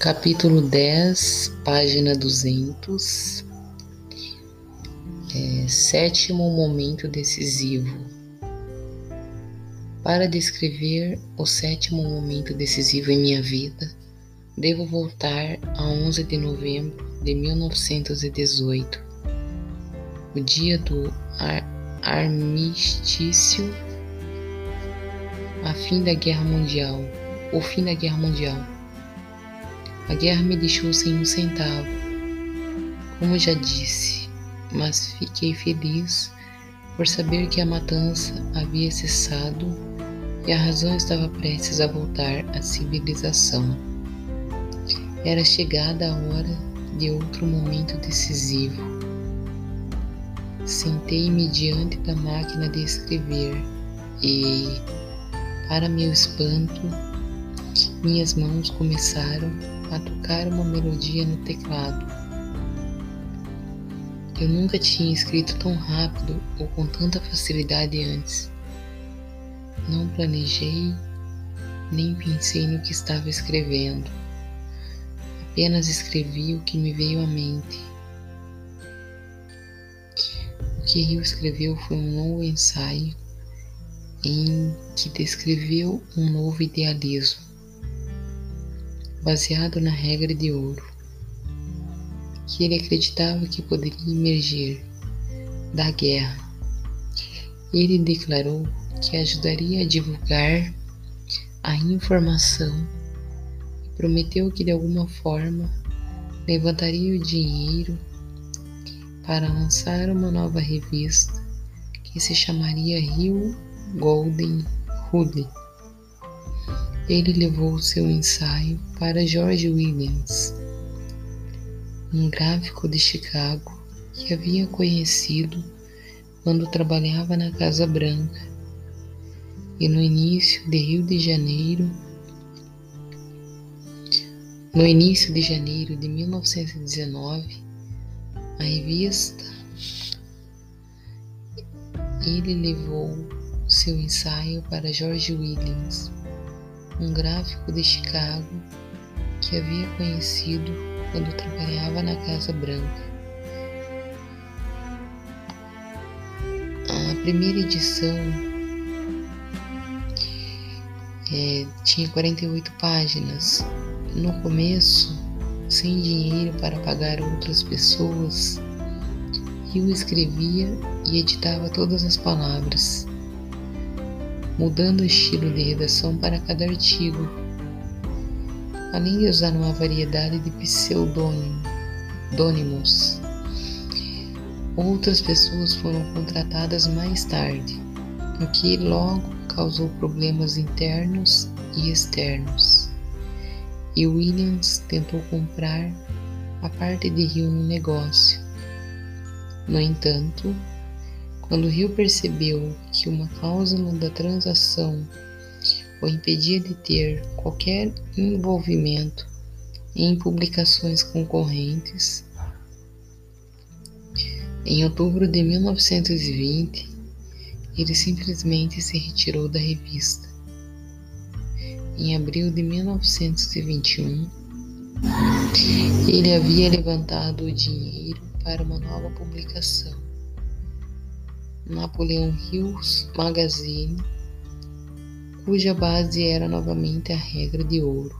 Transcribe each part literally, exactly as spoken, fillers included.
Capítulo dez, página duzentos. É, sétimo momento decisivo. Para descrever o sétimo momento decisivo em minha vida, devo voltar a onze de novembro de mil novecentos e dezoito, o dia do ar armistício, a fim da Guerra Mundial, o fim da Guerra Mundial. A guerra me deixou sem um centavo, como já disse, mas fiquei feliz por saber que a matança havia cessado e a razão estava prestes a voltar à civilização. Era chegada a hora de outro momento decisivo. Sentei-me diante da máquina de escrever e, para meu espanto, minhas mãos começaram a tocar uma melodia no teclado. Eu nunca tinha escrito tão rápido ou com tanta facilidade antes. Não planejei, nem pensei no que estava escrevendo. Apenas escrevi o que me veio à mente. O que Rio escreveu foi um longo ensaio em que descreveu um novo idealismo, baseado na regra de ouro, que ele acreditava que poderia emergir da guerra. Ele declarou que ajudaria a divulgar a informação e prometeu que de alguma forma levantaria o dinheiro para lançar uma nova revista que se chamaria Rio Golden Rule. Ele levou seu ensaio para George Williams, um gráfico de Chicago que havia conhecido quando trabalhava na Casa Branca, e no início de Rio de Janeiro, no início de janeiro de mil novecentos e dezenove, a revista, ele levou seu ensaio para George Williams, um gráfico de Chicago que havia conhecido quando trabalhava na Casa Branca. A primeira edição é, tinha quarenta e oito páginas. No começo, sem dinheiro para pagar outras pessoas, Rio escrevia e editava todas as palavras, mudando o estilo de redação para cada artigo, além de usar uma variedade de pseudônimos. Outras pessoas foram contratadas mais tarde, o que logo causou problemas internos e externos, e Williams tentou comprar a parte de Rio no negócio. No entanto, quando Rio percebeu que uma cláusula da transação o impedia de ter qualquer envolvimento em publicações concorrentes, em outubro de mil novecentos e vinte, ele simplesmente se retirou da revista. Em abril de mil novecentos e vinte e um, ele havia levantado o dinheiro para uma nova publicação, Napoleon Hill's Magazine, cuja base era novamente a regra de ouro,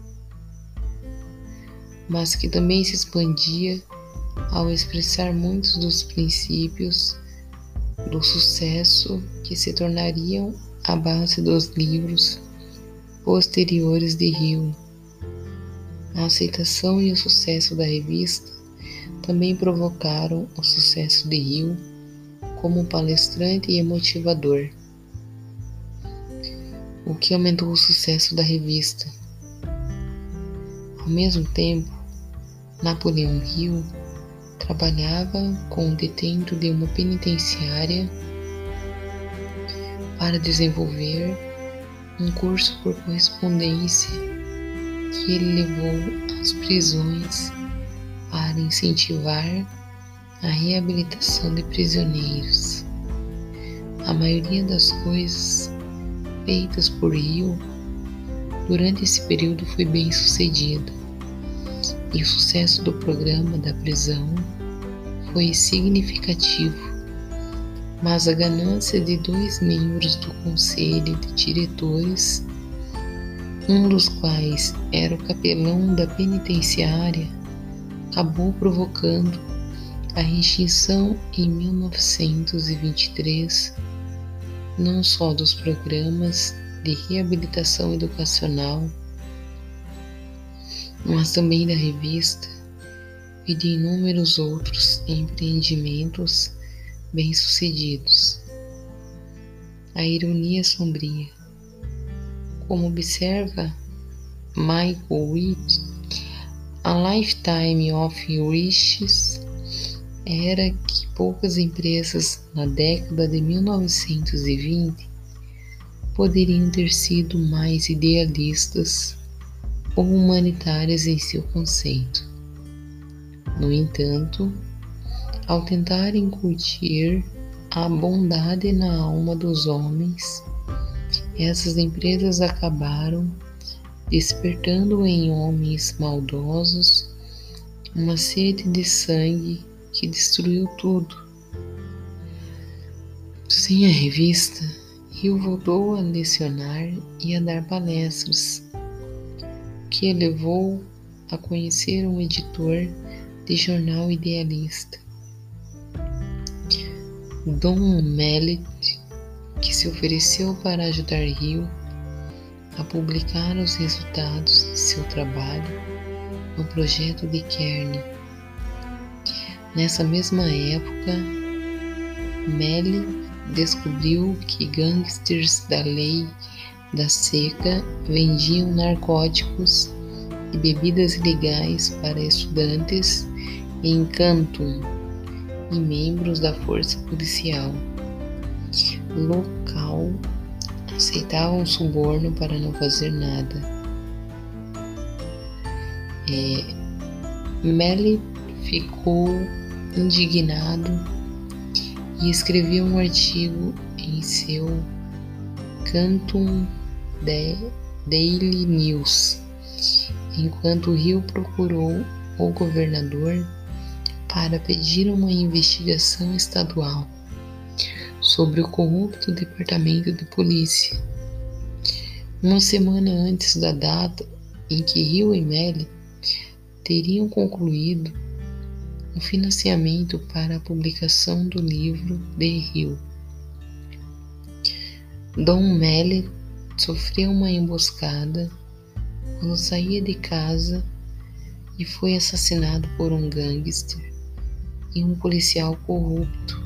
mas que também se expandia ao expressar muitos dos princípios do sucesso que se tornariam a base dos livros posteriores de Rio. A aceitação e o sucesso da revista também provocaram o sucesso de Rio como palestrante e motivador, o que aumentou o sucesso da revista. Ao mesmo tempo, Napoleon Hill trabalhava com o detento de uma penitenciária para desenvolver um curso por correspondência que ele levou às prisões para incentivar a reabilitação de prisioneiros. A maioria das coisas feitas por Hill durante esse período foi bem sucedida. e o sucesso do programa da prisão foi significativo, mas a ganância de dois membros do conselho de diretores, um dos quais era o capelão da penitenciária, acabou provocando a extinção em mil novecentos e vinte e três não só dos programas de reabilitação educacional, mas também da revista e de inúmeros outros empreendimentos bem-sucedidos. A ironia sombria, como observa Michael Witt, a lifetime of wishes era que poucas empresas na década de mil novecentos e vinte poderiam ter sido mais idealistas ou humanitárias em seu conceito. No entanto, ao tentar incutir a bondade na alma dos homens, essas empresas acabaram despertando em homens maldosos uma sede de sangue que destruiu tudo. Sem a revista, Hill voltou a lecionar e a dar palestras, que levou a conhecer um editor de jornal idealista, Don Mallet, que se ofereceu para ajudar Hill a publicar os resultados de seu trabalho no projeto de Kearney. Nessa mesma época, Mallet descobriu que gangsters da lei da seca vendiam narcóticos e bebidas ilegais para estudantes em Canton e membros da força policial local aceitavam suborno para não fazer nada. É, Mallet ficou indignado e escreveu um artigo em seu Canton Daily News, enquanto Hill procurou o governador para pedir uma investigação estadual sobre o corrupto departamento de polícia. Uma semana antes da data em que Hill e Mallet teriam concluído o financiamento para a publicação do livro de Hill, Don Mallet sofreu uma emboscada quando saía de casa e foi assassinado por um gangster e um policial corrupto.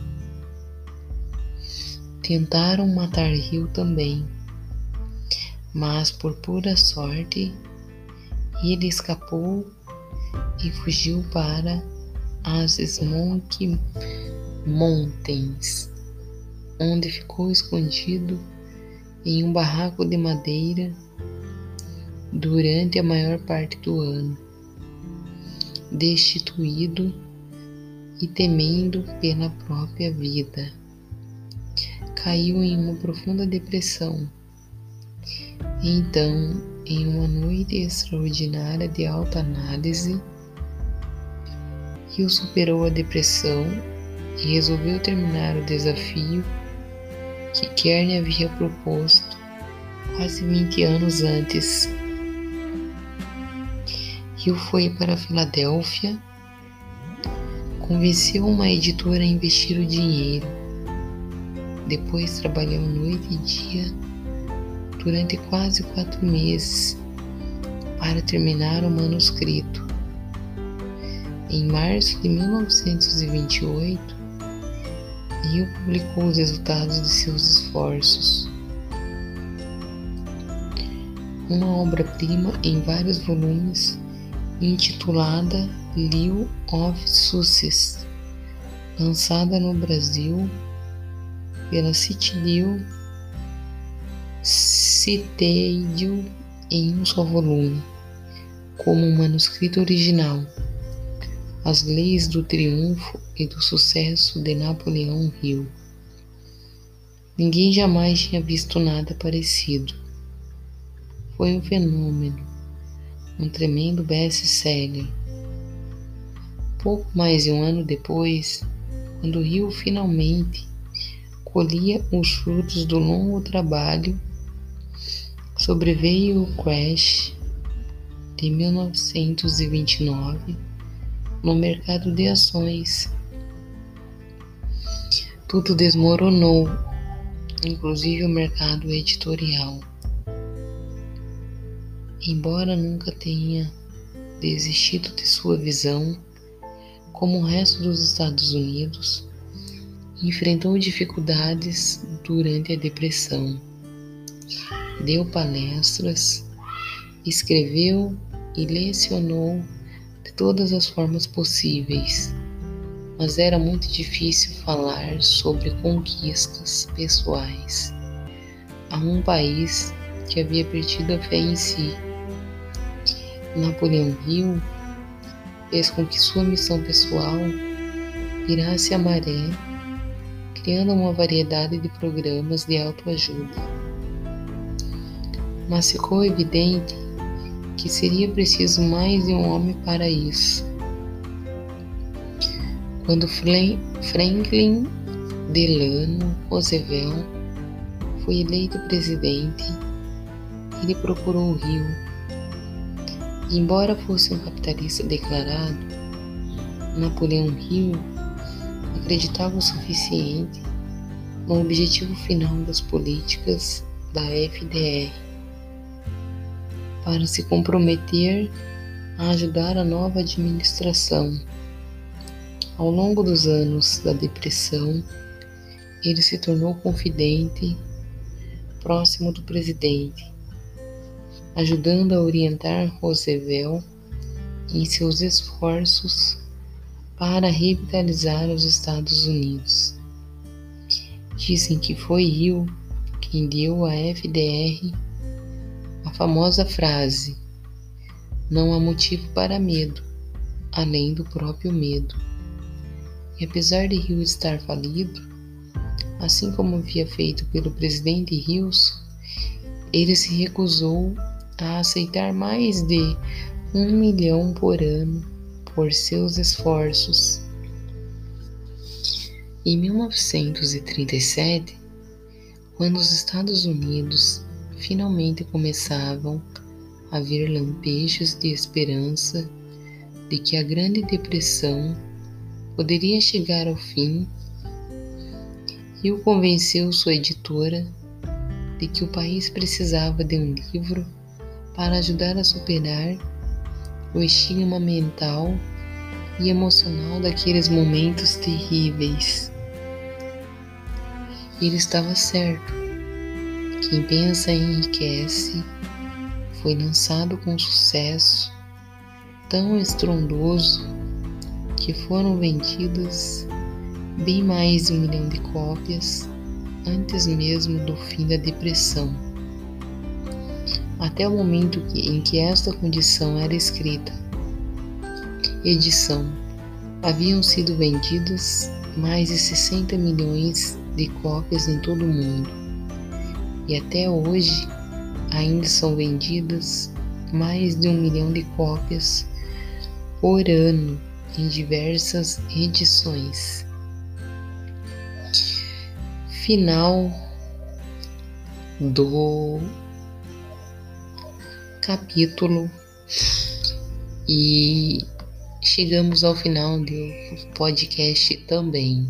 Tentaram matar Hill também, mas por pura sorte ele escapou e fugiu para as Smoky Mountains, onde ficou escondido em um barraco de madeira durante a maior parte do ano, destituído e temendo pela própria vida. Caiu em uma profunda depressão. Então, em uma noite extraordinária de alta análise, Hill superou a depressão e resolveu terminar o desafio que Kearney havia proposto quase vinte anos antes. Hill foi para Filadélfia, convenceu uma editora a investir o dinheiro. Depois trabalhou noite e dia durante quase quatro meses para terminar o manuscrito. Em março de mil novecentos e vinte e oito, Hill publicou os resultados de seus esforços. Uma obra-prima em vários volumes, intitulada Liu of Success, lançada no Brasil pela Citadel Citadel em um só volume, como um manuscrito original. As leis do triunfo e do sucesso de Napoleão Hill. Ninguém jamais tinha visto nada parecido. Foi um fenômeno, um tremendo best-seller. Pouco mais de um ano depois, quando o Rio finalmente colhia os frutos do longo trabalho, sobreveio o crash de mil novecentos e vinte e nove no mercado de ações. Tudo desmoronou, inclusive o mercado editorial. Embora nunca tenha desistido de sua visão, como o resto dos Estados Unidos, enfrentou dificuldades durante a depressão. Deu palestras, escreveu e lecionou de todas as formas possíveis, mas era muito difícil falar sobre conquistas pessoais a um país que havia perdido a fé em si. Napoleão Hill fez com que sua missão pessoal virasse a maré, criando uma variedade de programas de autoajuda. Mas ficou evidente que seria preciso mais de um homem para isso. Quando Franklin Delano Roosevelt foi eleito presidente, ele procurou o Rio. Embora fosse um capitalista declarado, Napoleão Hill acreditava o suficiente no objetivo final das políticas da F D R para se comprometer a ajudar a nova administração. Ao longo dos anos da depressão, ele se tornou confidente próximo do presidente, ajudando a orientar Roosevelt em seus esforços para revitalizar os Estados Unidos. Dizem que foi Hill quem deu à F D R a famosa frase: "Não há motivo para medo, além do próprio medo". E apesar de Hill estar falido, assim como havia feito pelo presidente Wilson, ele se recusou a aceitar mais de um milhão por ano por seus esforços. Em mil novecentos e trinta e sete, quando os Estados Unidos finalmente começavam a ver lampejos de esperança de que a Grande Depressão poderia chegar ao fim, Hill convenceu sua editora de que o país precisava de um livro para ajudar a superar o estigma mental e emocional daqueles momentos terríveis. Ele estava certo. Quem pensa enriquece foi lançado com sucesso tão estrondoso que foram vendidas bem mais de um milhão de cópias antes mesmo do fim da depressão. Até o momento em que esta condição era escrita, edição, haviam sido vendidas mais de sessenta milhões de cópias em todo o mundo, e até hoje ainda são vendidas mais de um milhão de cópias por ano em diversas edições. Final do capítulo e chegamos ao final do podcast também.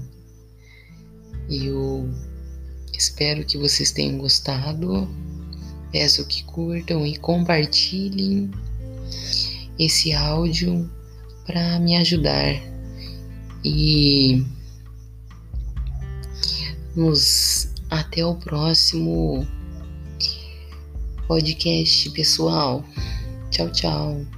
Eu espero que vocês tenham gostado. Peço que curtam e compartilhem esse áudio para me ajudar. E nos até o próximo podcast, pessoal. Tchau, tchau.